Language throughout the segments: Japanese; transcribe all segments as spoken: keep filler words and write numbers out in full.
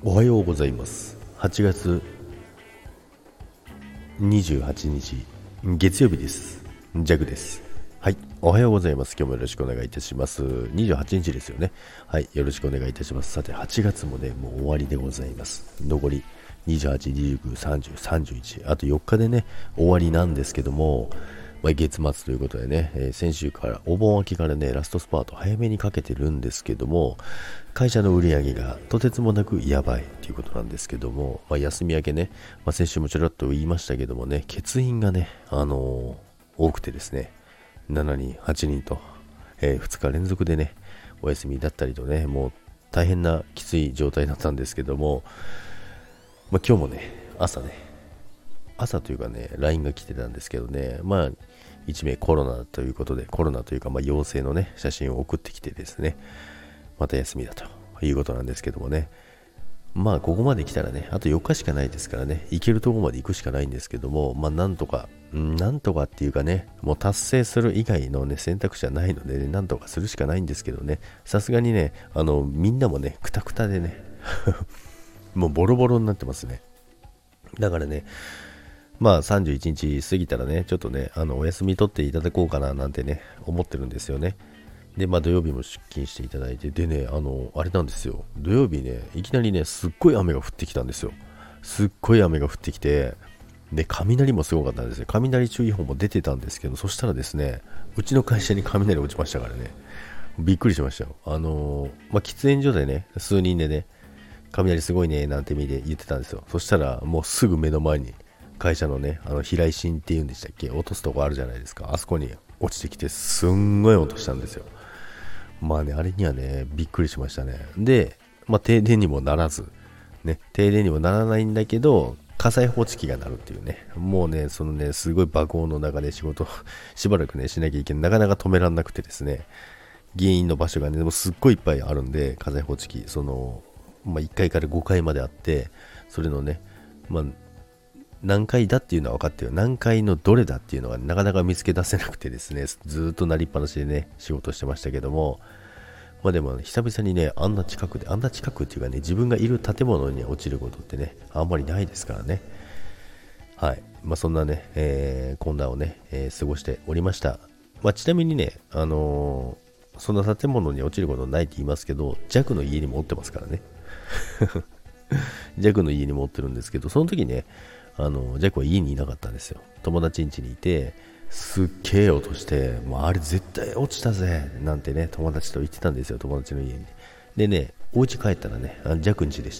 おはようございます。はちがつにじゅうはちにち月曜日です。ジャグです。はい、おはようございます。今日もよろしくお願いいたします。にじゅうはちにちですよね。はい、よろしくお願いいたします。さて、はちがつもね、もう終わりでございます。残りにじゅうはち、にじゅうく、さんじゅう、さんじゅういち、あとよっかでね、終わりなんですけども、まあ、月末ということでね、えー、先週からお盆明けからねラストスパート早めにかけてるんですけども、会社の売り上げがとてつもなくやばいということなんですけども、まあ、休み明けね、まあ、先週もちょろっと言いましたけどもね、欠員がね、あのー、多くてですね、しちにんはちにんと、えー、ふつか連続でねお休みだったりとね、もう大変なきつい状態だったんですけども、まあ、今日もね朝ね朝というかね ライン が来てたんですけどね、まあいち名コロナということで、コロナというかまあ陽性のね写真を送ってきてですね、また休みだということなんですけどもね、まあここまで来たらね、あとよっかしかないですからね、行けるところまで行くしかないんですけども、まあなんとかなんとかっていうかね、もう達成する以外のね選択肢はないので、ね、なんとかするしかないんですけどね、さすがにね、あのみんなもねクタクタでねもうボロボロになってますね。だからね、まあさんじゅういちにち過ぎたらね、ちょっとね、あのお休み取っていただこうかななんてね、思ってるんですよね。で、まあ土曜日も出勤していただいて、でね、あの、あれなんですよ。土曜日ね、いきなりね、すっごい雨が降ってきたんですよ。すっごい雨が降ってきて、で、雷もすごかったんですよ。雷注意報も出てたんですけど、そしたらですね、うちの会社に雷落ちましたからね、びっくりしましたよ。あのー、まあ喫煙所でね、数人でね、雷すごいね、なんて意味で言ってたんですよ。そしたら、もうすぐ目の前に、会社のね、あの平井芯っていうんでしたっけ、落とすとこあるじゃないですか。あそこに落ちてきて、すんごい音したんですよ。まあね、あれにはね、びっくりしましたね。で、まあ停電にもならず、ね、停電にもならないんだけど、火災報知器が鳴るっていうね、もうね、そのね、すごい爆音の中で仕事しばらくね、しなきゃいけない。なかなか止めらんなくてですね、原因の場所がね、でもすっごいいっぱいあるんで、火災報知器、その、まあ、いっかいからごかいまであって、それのね、まあ、何回だっていうのは分かってる、何回のどれだっていうのはなかなか見つけ出せなくてですね、ずっと鳴りっぱなしでね仕事してましたけども、まあでも久々にね、あんな近くで、あんな近くっていうかね、自分がいる建物に落ちることってねあんまりないですからね。はい、まあそんなね、えー、混乱をね、えー過ごしておりました。まあちなみにね、あのーそんな建物に落ちることないって言いますけど、弱の家にも落ってますからね。弱の家にも落ってるんですけど、その時ね、あのジャックは家にいなかったんですよ。友達ん家にいて、すっげえ音して、もうあれ絶対落ちたぜなんてね、友達と言ってたんですよ、友達の家に。でね、お家帰ったらね、あジャックん家でした。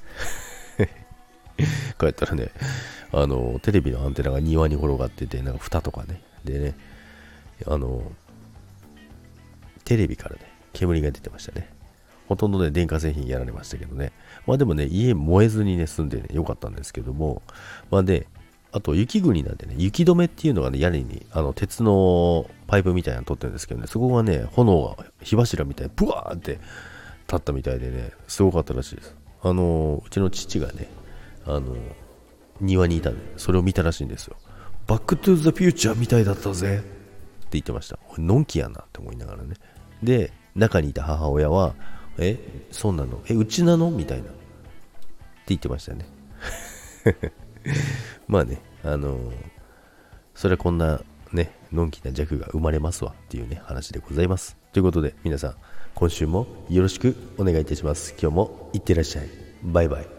帰ったらね、あのテレビのアンテナが庭に転がってて、なんか蓋とかね、でね、あのテレビからね煙が出てましたね。ほとんどね電化製品やられましたけどね。まあでもね、家燃えずにね住んでねよかったんですけども、まあで、あと雪国なんでね、雪止めっていうのがね、屋根にあの鉄のパイプみたいなの取ってるんですけどね、そこがね、炎が火柱みたいにブワーって立ったみたいでね、すごかったらしいです。あのうちの父がね、あの庭にいたんで、それを見たらしいんですよ。バックトゥーザフューチャーみたいだったぜって言ってました。のんきやなって思いながらね。で、中にいた母親は、え、そうなの、え、うちなのみたいなって言ってましたね。まあね、あのー、それはこんなね、のんきな弱が生まれますわっていうね、話でございます。ということで、皆さん、今週もよろしくお願いいたします。今日もいってらっしゃい。バイバイ。